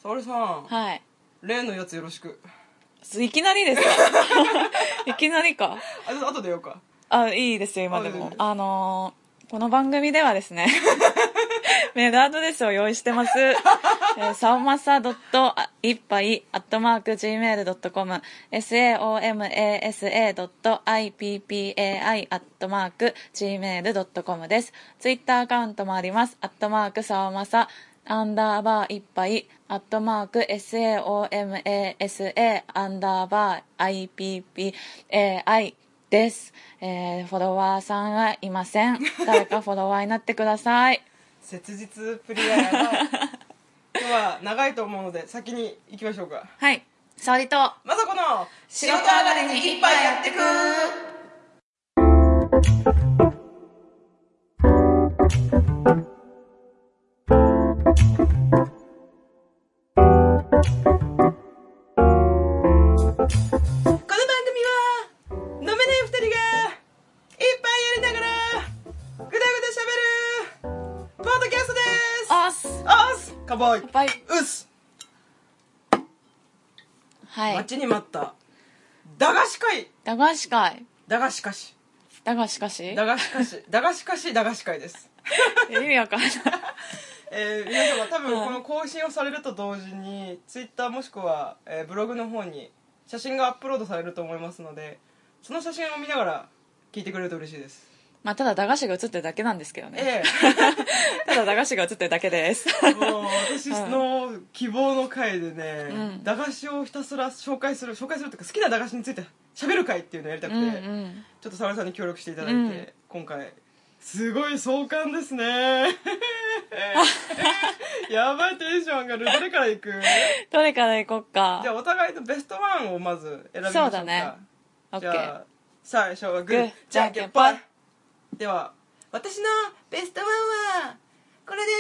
沙織さん、 はい。 例のやつよろしく。 いきなりですか？いきなりか。 あとで言おうか。 いいですよ、今でも。 いいねこの番組ではですね、メールアドレスを用意してます。さおまさ.ippai@gmail.com saomasa.ippai@gmail.com です。ツイッターアカウントもあります。さおまさいっぱい@SAOMASA_IPPAI です。フォロワーさんはいません。誰かフォロワーになってください。 切実プリアやな。今日は長いと思うので先に行きましょうか。 はい。沙織とまさこの仕事上がりに一杯やってく。 乾杯。 乾杯。 うっす。 はい。 待ちに待った駄菓子会。 駄菓子会。 駄菓子菓子。 駄菓子菓子。 駄菓子菓子。駄菓子菓子駄菓子会です。 意味わかんない。 皆様多分この更新をされると同時にツイッターもしくは、ブログの方に写真がアップロードされると思いますので、その写真を見ながら聞いてくれると嬉しいです。 まあ、ただ駄菓子が写ってるだけなんですけどね。ただ駄菓子が写ってるだけです。 もう私の希望の回でね、駄菓子をひたすら紹介するっていうか、好きな駄菓子について喋る回っていうのをやりたくて、ちょっと沙織さんに協力していただいて、今回すごい壮観ですね。やばい、テンション上がる。どれからいく？ どれからいこっか。 じゃあお互いのベストワンをまず選びましょうか。 そうだね。 じゃあ最初はグーじゃんけんぽい。では私のベストワンはこれです。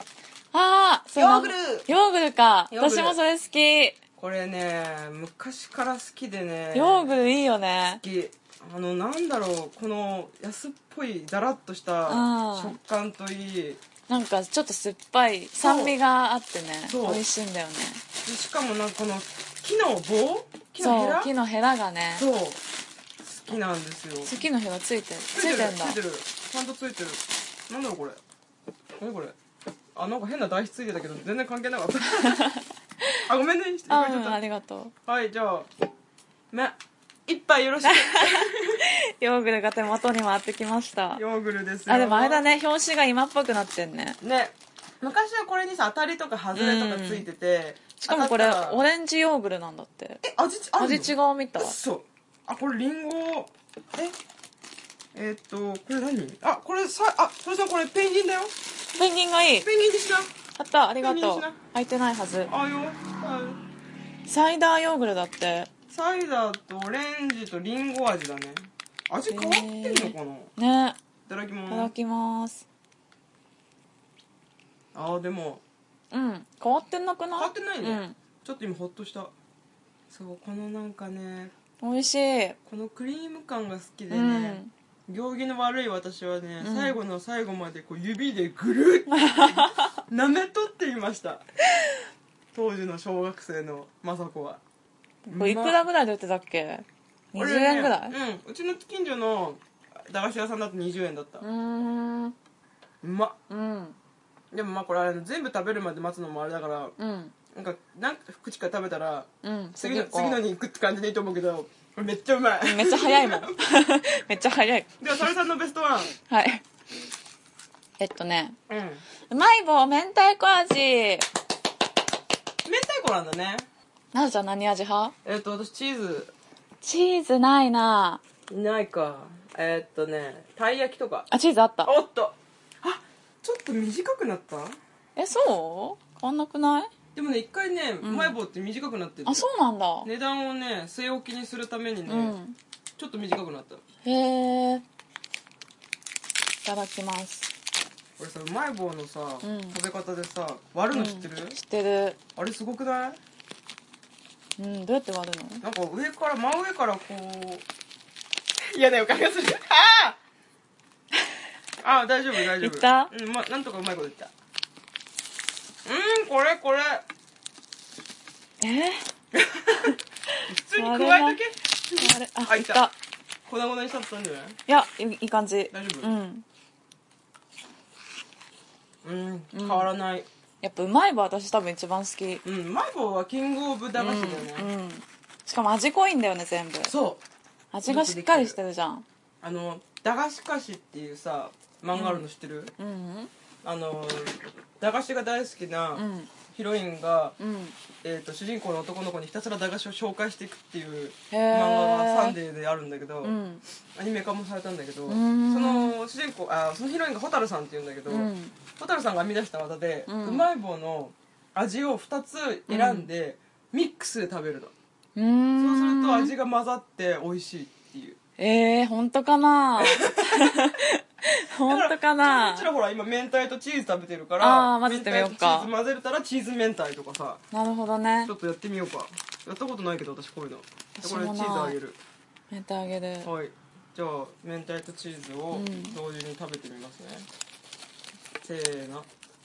ヨーグル。 ヨーグルか。 ヨーグル私もそれ好き。 これね昔から好きでね。 ヨーグルいいよね。 好き。なんだろう、この安っぽいダラッとした食感といい、 なんかちょっと酸っぱい酸味があってね、 そう美味しいんだよね。 しかもなんかこの木の棒、木のヘラ、 そう、木のヘラがね、 そう好きなんですよ。 木のヘラついてんだ。 ついてる、ちゃんとついてる。なんだろうこれ、何これ。なんか変な台紙ついてたけど全然関係なかったごめんね。 ありがとう。はい、じゃあ一杯よろしく。 ヨーグルが手元に回ってきました。 ヨーグルですよ。 でもあれだね、表紙が今っぽくなってんね。 昔はこれにさ当たりとか外れとかついてて、 しかもこれオレンジヨーグルなんだって。味違うみたい。 そう。これリンゴ。これ何？これそれさんこれペンギンだよ。 ペンギンがいい。 ペンギンにしな。 あった、ありがとう。開いてないはず。サイダーヨーグルだって。 サイダーとオレンジとリンゴ味だね。味変わってんのかな。ね。 いただきます。 いただきます。 でも変わってなくない？ 変わってないね。ちょっと今ホッとした。そう、このなんかね、 美味しい。 このクリーム感が好きでね、行儀の悪い私はね、最後の最後までこう指でぐるっ舐めとっていました。当時の小学生の雅子は。 これいくらぐらいで売ってたっけ？20円ぐらい？ うちの近所の駄菓子屋さんだと20円だった。うまっ。でもこれ全部食べるまで待つのもあれだから、なんか口から食べたら、次のに行くって感じでいいと思うけど、これめっちゃうまい。 めっちゃ早いもん。めっちゃ早い。 では沙織さんのベストワン。 はい。うまい棒明太子味。 明太子なんだね。 なるちゃん何味派？ 私チーズないな。 ないか。たい焼きとか。 チーズあった。 おっと、ちょっと短くなった。 そう変わんなくない？ でもね、一回ね、うまい棒って短くなってる。 そうなんだ。 値段をね据え置きにするためにね、ちょっと短くなった。 へえ。いただきます。 これさ、うまい棒のさ、食べ方でさ割るの知ってる？ 知ってる。 あれすごくない？ どうやって割るの？ なんか真上からこう嫌な予感がする。大丈夫いった？ なんとかうまいこと言った。これ普通に加えとけ。 あ、いった。 粉々にしちゃったんじゃない？ いや、いい感じ。 大丈夫？変わらない。 やっぱうまい棒私多分一番好き。 うまい棒はキングオブ駄菓子だよね。 しかも味濃いんだよね、全部。 そう。 味がしっかりしてるじゃん。 駄菓子菓子っていうさ、漫画あるの知ってる？駄菓子が大好きなヒロインが、主人公の男の子にひたすら駄菓子を紹介していくっていう漫画がサンデーであるんだけど、アニメ化もされたんだけど、その主人公そのヒロインが蛍さんっていうんだけど、蛍さんが編み出した技で、うまい棒の味を2つ選んで、ミックスで食べるの。そうすると味が混ざって美味しいっていう。 本当かな本当かな。 うちらほら今明太とチーズ食べてるから、 混ぜてみようか。 明太とチーズ混ぜたらチーズ明太とかさ。 なるほどね。 ちょっとやってみようか。やったことないけど私こういうの。これチーズあげる。 明太あげる。 はい。じゃあ明太とチーズを同時に食べてみますね。せーの。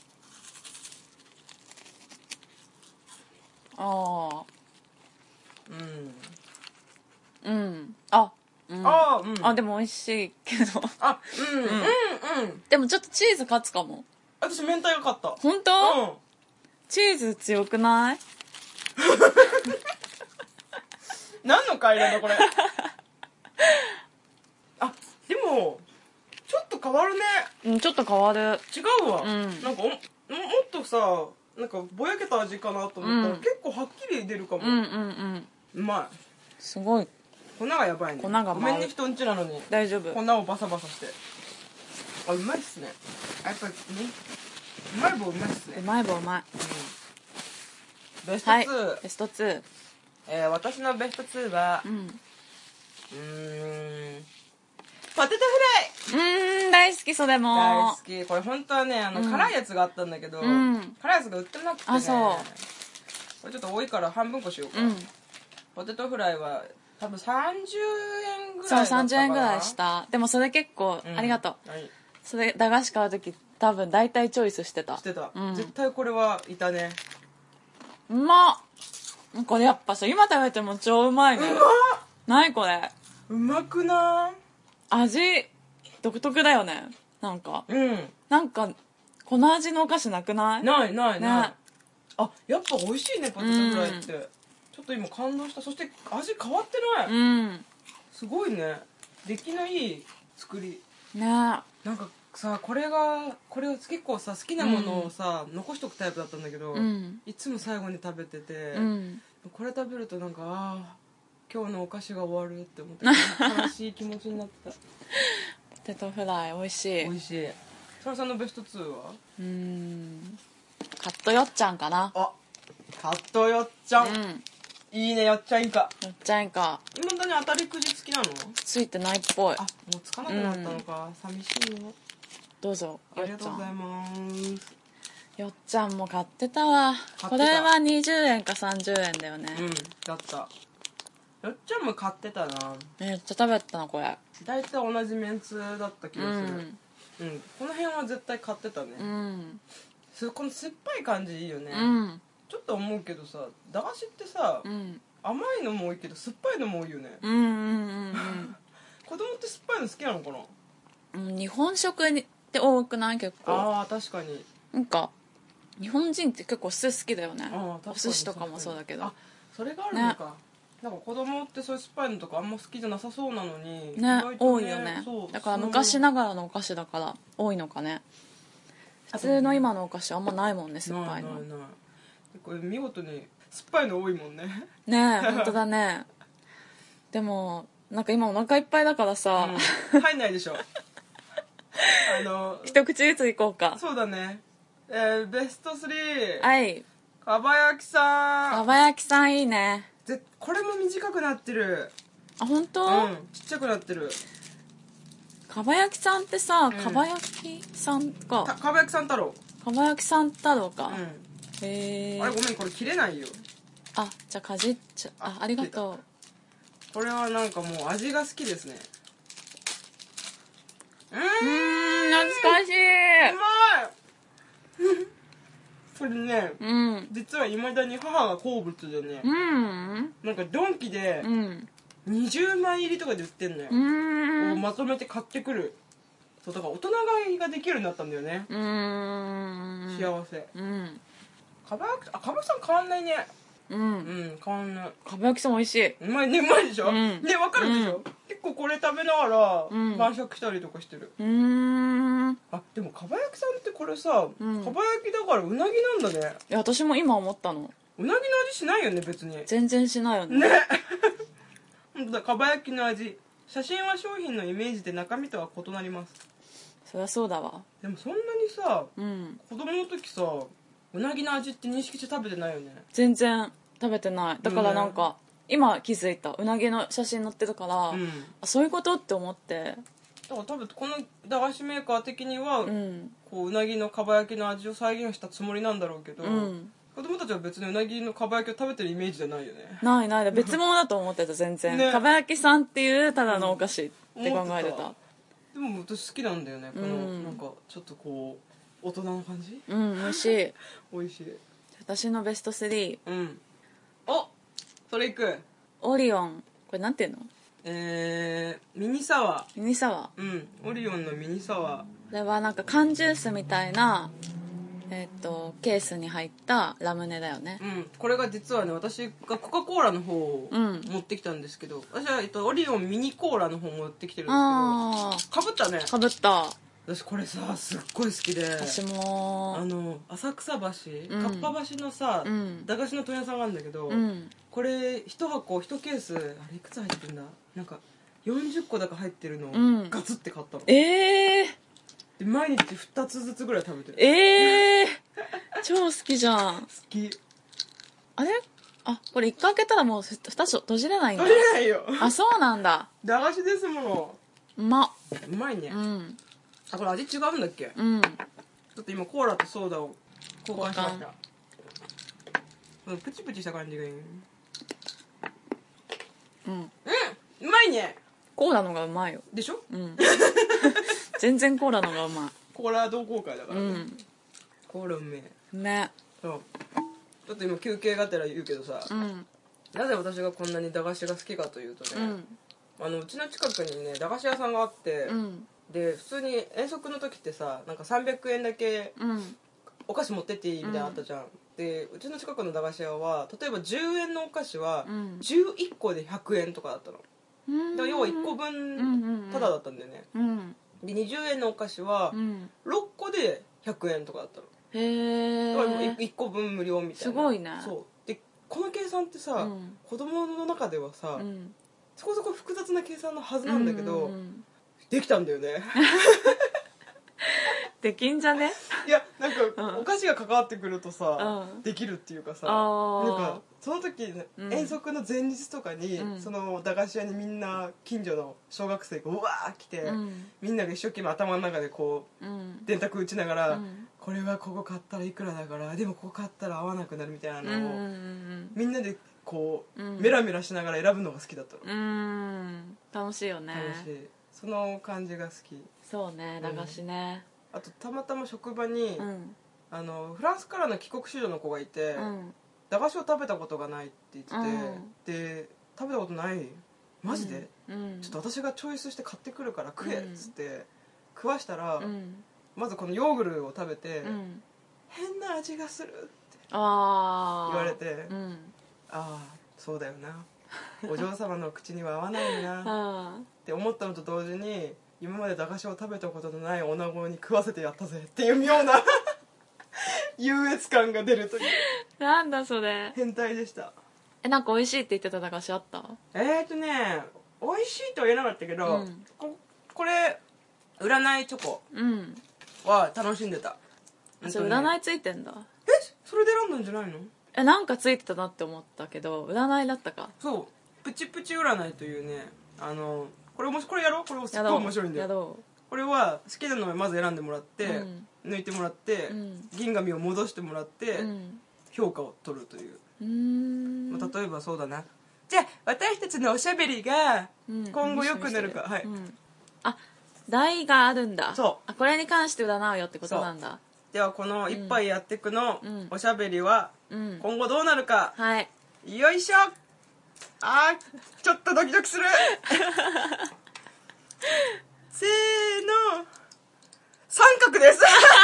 でも美味しいけどでもちょっとチーズ勝つかも。 私明太が勝った。 本当？チーズ強くない？ 何の回なんだこれ。でもちょっと変わるね。 ちょっと変わる。 違うわ。なんかもっとさ、なんかぼやけた味かなと思ったら、結構はっきり出るかも。うまい。 すごい。 粉がやばいね。 粉がごめんね、人んちなのに。 大丈夫。 粉をバサバサして。うまいっすね。やっぱね、うまい棒うまいっすね。 うまい棒うまい。 ベスト2。 ベスト2。 私のベスト2は、ポテトフライ。 大好き、それも。 大好き。これ本当はね、辛いやつがあったんだけど、辛いやつが売ってなくてね。これちょっと多いから半分こしようか。ポテトフライは多分30円ぐらいだったかな。 そう、30円ぐらいした。でもそれ結構、ありがとう。それ、駄菓子買うとき多分大体チョイスしてた。 絶対これはいたね。 うまっ。これやっぱさ、今食べても超うまいね。 うまっ。 何これ。 うまくない？ 味独特だよね。なんか粉味のお菓子なくない？ ないね。やっぱ美味しいね、ポテトフライって。ちょっと今感動した。そして味変わってない。すごいね。出来のいい作りね。 なんかさ、これを結構さ、好きなものをさ、残しとくタイプだったんだけど、いつも最後に食べてて、これ食べるとなんか今日のお菓子が終わるって思って悲しい気持ちになった。 ポテトフライ美味しい。 美味しい。そらさんのベスト2は？ カットよっちゃんかな。 カットよっちゃん。いいね、よっちゃんいいか。 よっちゃんいいか。 今だに当たりくじ付きなの？ ついてないっぽい。 もうつかなくなったのか。寂しいよ。 どうぞ。 ありがとうございます。 よっちゃんも買ってたわ。これは20円か30円だよね。 だった。よっちゃんも買ってたな。 めっちゃ食べたな、これ。 大体同じメンツだった気がする。この辺は絶対買ってたね。この酸っぱい感じいいよね。ちょっと思うけどさ、駄菓子ってさ、甘いのも多いけど酸っぱいのも多いよね。子供って酸っぱいの好きなのかな？ 日本食って多くない？結構。 確かに。 なんか日本人って結構酢好きだよね。お寿司とかもそうだけど。 それがあるのか。なんか子供ってそういう酸っぱいのとかあんま好きじゃなさそうなのにね、多いよね。だから昔ながらのお菓子だから多いのかね。普通の今のお菓子あんまないもんね、酸っぱいの。 これ見事に酸っぱいの多いもんね。 ねえ、本当だね。でもなんか今お腹いっぱいだからさ、 入んないでしょ。 一口ずついこうか。 そうだね。ベスト3。 はい。 かば焼きさん。 かば焼きさんいいね。 これも短くなってる。 本当？ ちっちゃくなってる。 かば焼きさんってさ、かば焼きさんか。 かば焼きさん太郎。 かば焼きさん太郎か。 へえ。あれごめん、これ切れないよ。 じゃあかじっちゃ。ありがとう。 これはなんかもう味が好きですね。 懐かしい。 うまい。 これね、 うん、 実はいまだに母が好物でね、 うん、 なんかドンキで20枚入りとかで売ってんのよ、をまとめて買ってくる。そうだから大人買いができるようになったんだよね。幸せ。かば焼きさん変わんないね。変わんない。 かば焼きさん美味しい。 うまいね、うまいでしょ、ね、わかるでしょ、結構これ食べながら晩酌したりとかしてる。あ、でもかば焼きさんってこれさ、かば焼きだからうなぎなんだね。 いや、私も今思ったの。 うなぎの味しないよね、別に。 全然しないよね。 ね本当だ、かば焼きの味。写真は商品のイメージで中身とは異なります。 そりゃそうだわ。 でもそんなにさ、子供の時さ、うなぎの味って認識して食べてないよね。 全然食べてない。だからなんか、今気づいた。うなぎの写真載ってるから、あ、そういうことって思って。 だから多分この駄菓子メーカー的には、こううなぎのかば焼きの味を再現したつもりなんだろうけど、子供たちは別にうなぎのかば焼きを食べてるイメージじゃないよね。 ない別物だと思ってた。全然、ね、かば焼きさんっていうただのお菓子って考えてた。 でも私好きなんだよね、このなんかちょっとこう大人な感じ。 美味しい美味しい。 私のベスト3。 お、それいく。 オリオン、これなんていうの？ ミニサワー。 ミニサワー。オリオンのミニサワー。 これはなんか缶ジュースみたいなケースに入ったラムネだよね。 これが実はね、私がコカ・コーラの方を持ってきたんですけど、私は、オリオンミニコーラの方持ってきてるんですけど、かぶったね。 かぶった。 私これさ、すっごい好きで。 私も浅草橋、かっぱ橋のさ、駄菓子の問屋さんがあるんだけど、これ1箱1ケース、あれいくつ入ってるんだ、なんか40個だか入ってるのをガツって買ったの。で毎日2つずつぐらい食べてる。 超好きじゃん。 好き。 あれ、あ、これ1回開けたらもう2つ閉じれないんだ。 閉じれないよ。 あ、そうなんだ。 駄菓子ですもの。 うまいね。あ、これ味違うんだっけ。ちょっと今コーラとソーダを交換しました。プチプチした感じがいい。うまいね。 コーラのがうまいよ。 でしょ。 全然コーラのがうまい。 コーラ同好会だからね。コーラうめえね。 そうちょっと今休憩がてら言うけどさ、なぜ私がこんなに駄菓子が好きかというとね、うちの近くにね駄菓子屋さんがあって、で普通に遠足の時ってさ、なんか300円だけお菓子持ってっていいみたいなのあったじゃん。でうちの近くの駄菓子屋は例えば10円のお菓子は11個で100円とかだったの。だから要は1個分タダだったんだよね。で20円のお菓子は6個で100円とかだったの。だから1個分無料みたいな。 すごいね。 そうでこの計算ってさ、子供の中ではさ、そこそこ複雑な計算のはずなんだけど、できたんだよね。 できんじゃね。 いやなんか、お菓子が関わってくるとさ、できるっていうかさ、なんかその時、遠足の前日とかに、その駄菓子屋にみんな近所の小学生がうわー来て、みんなが一生懸命頭の中でこう、電卓打ちながら、これはここ買ったらいくらだからでもここ買ったら合わなくなるみたいなのを、みんなでこう、メラメラしながら選ぶのが好きだったの。 楽しいよね。 楽しい。その感じが好き。 そうね、駄菓子ね。 あとたまたま職場に、フランスからの帰国子女の子がいて、駄菓子を食べたことがないって言ってて、で食べたことないマジで、ちょっと私がチョイスして買ってくるから食えっつって食わしたら、まずこのヨーグルを食べて、変な味がするって言われて、ああそうだよな、お嬢様の口には合わないなって思ったのと同時に、今まで駄菓子を食べたことのない女子に食わせてやったぜっていう妙な優越感が出るという。 なんだそれ。 変態でした。 なんか美味しいって言ってた駄菓子あった？ 美味しいとは言えなかったけど、これ占いチョコは楽しんでた。 それ占いついてんだ。 それで選んだんじゃないの？ なんかついてたなって思ったけど、占いだったか。 そう、プチプチ占いというね、これやろう。これすっごい面白いんだよ。これは好きなのをまず選んでもらって、抜いてもらって、銀紙を戻してもらって、評価を取るという。例えばそうだな、じゃあ私たちのおしゃべりが今後良くなるか、あ、 台があるんだ。 そう、 これに関して占うよってことなんだ。 ではこの一杯やってくのおしゃべりはうん今後どうなるか、 はい。 よいしょ。ちょっとドキドキするせーの、三角です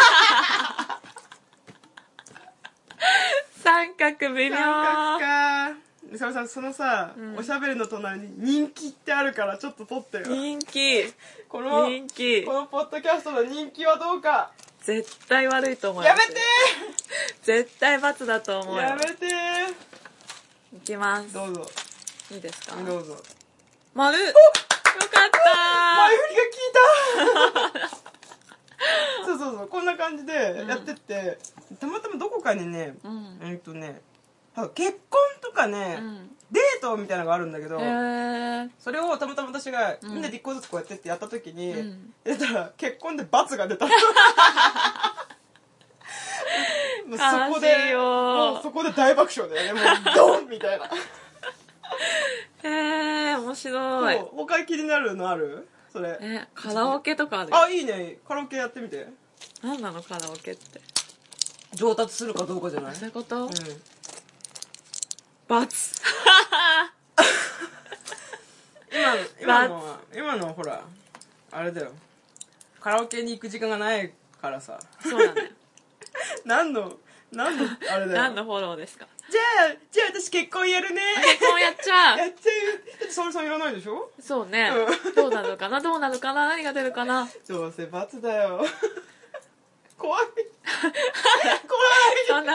三角微妙。 三角か。みさみさん、そのさ、 うんおしゃべりの隣に人気ってあるからちょっと撮ってよ。 人気。 この人気。 ポッドキャストの人気はどうか。 絶対悪いと思うよ。 やめて絶対罰だと思うよ。 やめていきます。 どうぞ。 いいですか？ どうぞ。 丸。よかっ前振りが効いたそうそうそう、こんな感じでやってって、たまたまどこかにね、結婚とかね、デートみたいなのがあるんだけど、それをたまたま私がみんなで一個ずつこうやってってやった時に、出たら結婚で罰が出たもうそこでもうそこで大爆笑だよね、もうドンみたいな面白い。 他気になるのある？それカラオケとかある？ いいね、カラオケやってみて。 何なのカラオケって。 上達するかどうかじゃない？ そういうこと？罰今のはほらあれだよ、カラオケに行く時間がないからさ。 そうだね何のあれだよ何のフォローですか？ じゃあ私結婚やるね。 結婚やっちゃうやっちゃう。沙織さんいらないでしょ？ そうね、どうなるかな何が出るかな。 どうせ罰だよ怖いそんな怖い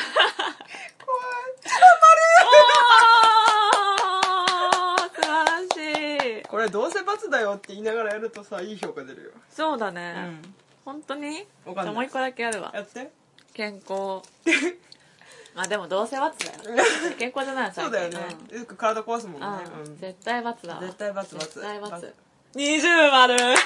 素晴らしい。 これどうせ罰だよって言いながらやるとさ、いい評価出るよ。 そうだね、本当に？ わかんない。 じゃあもう一個だけやるわ。 やって健康でもどうせ罰だよ健康じゃないそうだよね、よく体壊すもんね。 絶対罰だわ。 絶対罰。 絶対罰。20丸ほら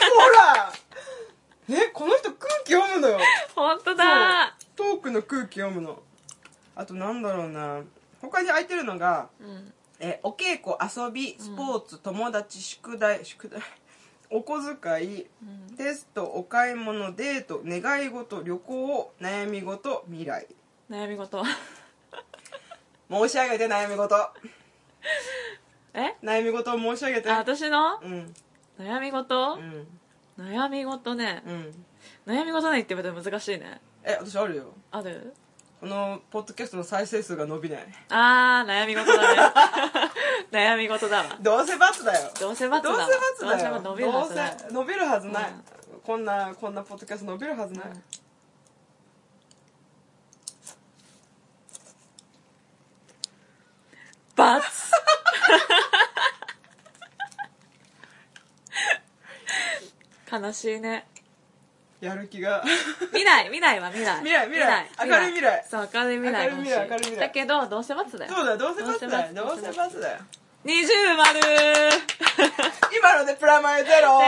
この人空気読むのよ。 本当だ。 トークの空気読むの。あとなんだろうな、他に空いてるのが、お稽古、遊び、スポーツ、友達、宿題、お小遣い、テスト、お買い物、デート、願い事、旅行、悩み事、未来。 悩み事申し上げて、悩み事。悩み事を申し上げて。 私の悩み事？悩み事ね。悩み事ねって言われたら難しいね。 私あるよ。 ある？ このポッドキャストの再生数が伸びない。 悩み事だね悩み事だわ。 どうせ罰だよ。 どうせ罰だわ。 どうせ罰だよ。 伸びるはずない。 伸びるはずない。こんなポッドキャスト伸びるはずない。 罰悲しいね。 やる気が未来は未来。 明るい未来。 そう、明るい未来が欲しい。 明るい未来だけどどうせ罰だよ。 そうだよ、どうせ罰だよ。どうせ罰だよ。 20丸今のでプラマイゼロ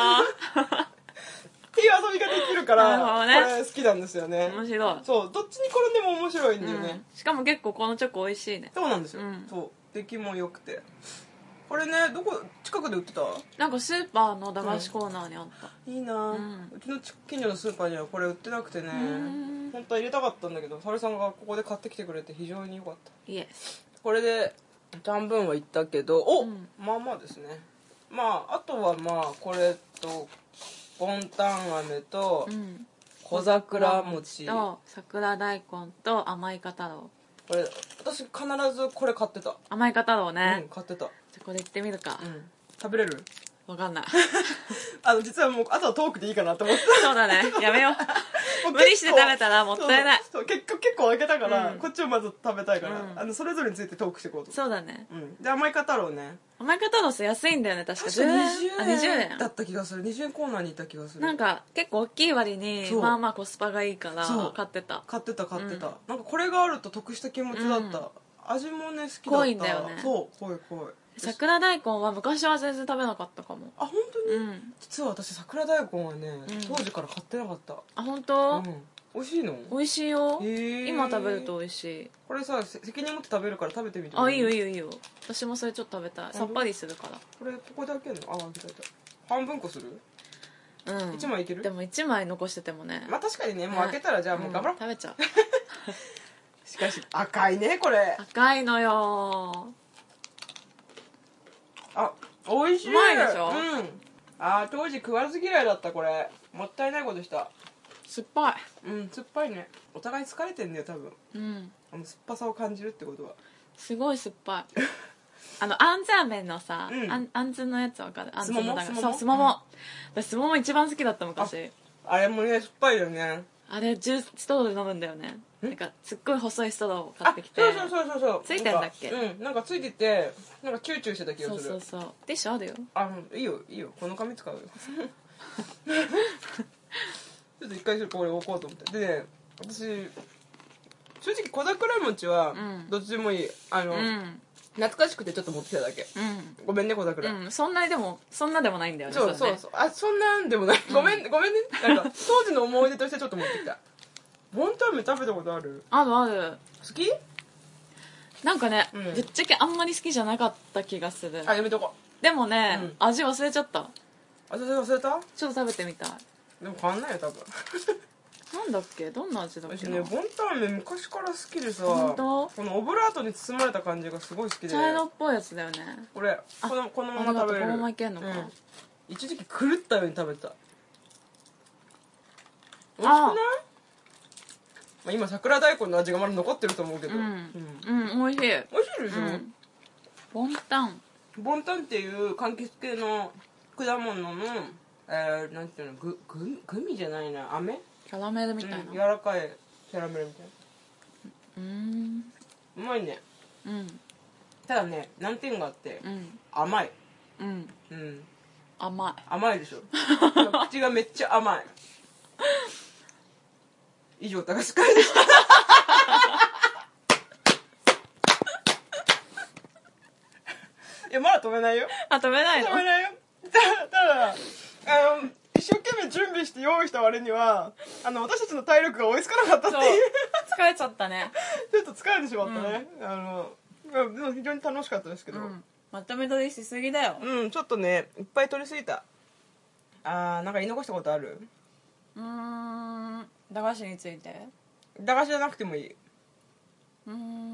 っていう遊びができるから、これ好きなんですよね。 面白い。 そう、どっちに転んでも面白いんだよね。 しかも結構このチョコ美味しいね。 そうなんですよ。そう、出来も良くて。これね、近くで売ってた？ なんかスーパーの駄菓子コーナーにあった。 いいな。うちの近所のスーパーにはこれ売ってなくてね、本当は入れたかったんだけど、沙織さんがここで買ってきてくれて非常に良かった。 イエス。 これで半分はいったけど、まあまあですね。まああとはこれとボンタン飴と小桜餅と桜大根と甘い方郎。 これ私必ずこれ買ってた。 甘い方郎ね。 買ってた。 じゃこれいってみるか。 食べれる？ わかんない実はもうあとはトークでいいかなと思って。 そうだね、やめよう無理して食べたらもったいない。 そう結構開けたから、こっちをまず食べたいから、それぞれについてトークしていこうと。 そうだね。 で甘い方郎ね。 甘い方郎安いんだよね、確か 20円だった気がする。20円コーナーにいた気がする。 なんか結構大きい割にまあまあコスパがいいから買ってた。 なんかこれがあると得した気持ちだった。味もね好きだった。 濃いんだよね。 そう濃い。 桜大根は昔は全然食べなかったかも。 本当に？実は私桜大根はね当時から買ってなかった。 本当？ 美味しいの？ 美味しいよ。今食べると美味しい。 これさ、責任持って食べるから食べてみて。 いいよ。私もそれちょっと食べたい。さっぱりするから。 これここで開けるの？開けた。半分こする？ 1枚いける？ でも1枚残しててもね、 まあ確かにね、もう開けたらじゃあもう頑張ろう、 食べちゃう。 しかし赤いねこれ。 赤いのよ。 あ、美味しい。 うまいでしょ。 当時食わず嫌いだったこれ。もったいないことした。 酸っぱい。 酸っぱいね。お互い疲れてんだよ多分。酸っぱさを感じるってことはすごい酸っぱい。アンズラーメンのさ、あんずのやつわかる？ すもも。 そう、すもも。私すもも一番好きだった昔。 あれもね酸っぱいよね。 あれストローで飲むんだよね。なんかすっごい細いストローを買ってきて。 そうついてんだっけ？ なんかついてて、なんかチューチューしてた気がする。 そうティッシュあるよ。 いいよこの紙使うよ。ちょっと一回これ置こうと思って。でね、私正直小桜餅はどっちでもいい。懐かしくてちょっと持ってきただけ。ごめんね小桜。 そんなでもないんだよね。 そうそんなんでもない。ごめんね。なんか当時の思い出としてちょっと持ってきた。ボンタンメン食べたことある？ ある。 好き？ なんかね、ぶっちゃけあんまり好きじゃなかった気がする。 やめとこう。でもね、味忘れちゃった。 味忘れた？ ちょっと食べてみたい。 でも変わんないよ多分。 なんだっけ？どんな味だっけな。 私ねボンタンメン昔から好きでさ、 本当？ このオブラートに包まれた感じがすごい好きで。 茶色っぽいやつだよね。 これこのまま食べれる。 このままいけんのか。 一時期狂ったように食べてた。美味しくない？今桜大根の味がまだ残ってると思うけど。 美味しい。 美味しいでしょ？ ボンタンっていう柑橘系の果物のなんていうの、グミじゃないな、飴？ キャラメルみたいな。 柔らかいキャラメルみたいな。うまいね。ただね、難点があって、甘い。甘いでしょ。口がめっちゃ甘い。以上、高須会でした。いや、まだ止めないよ。 止めないの？ 止めないよ。ただ、一生懸命準備して用意した割には、私たちの体力が追いつかなかったっていう。 疲れちゃったね。 ちょっと疲れてしまったね。でも非常に楽しかったですけど。 まとめ取りしすぎだよ。 ちょっとね、いっぱい取りすぎた。なんか言い残したことある？ 駄菓子について？ 駄菓子じゃなくてもいい。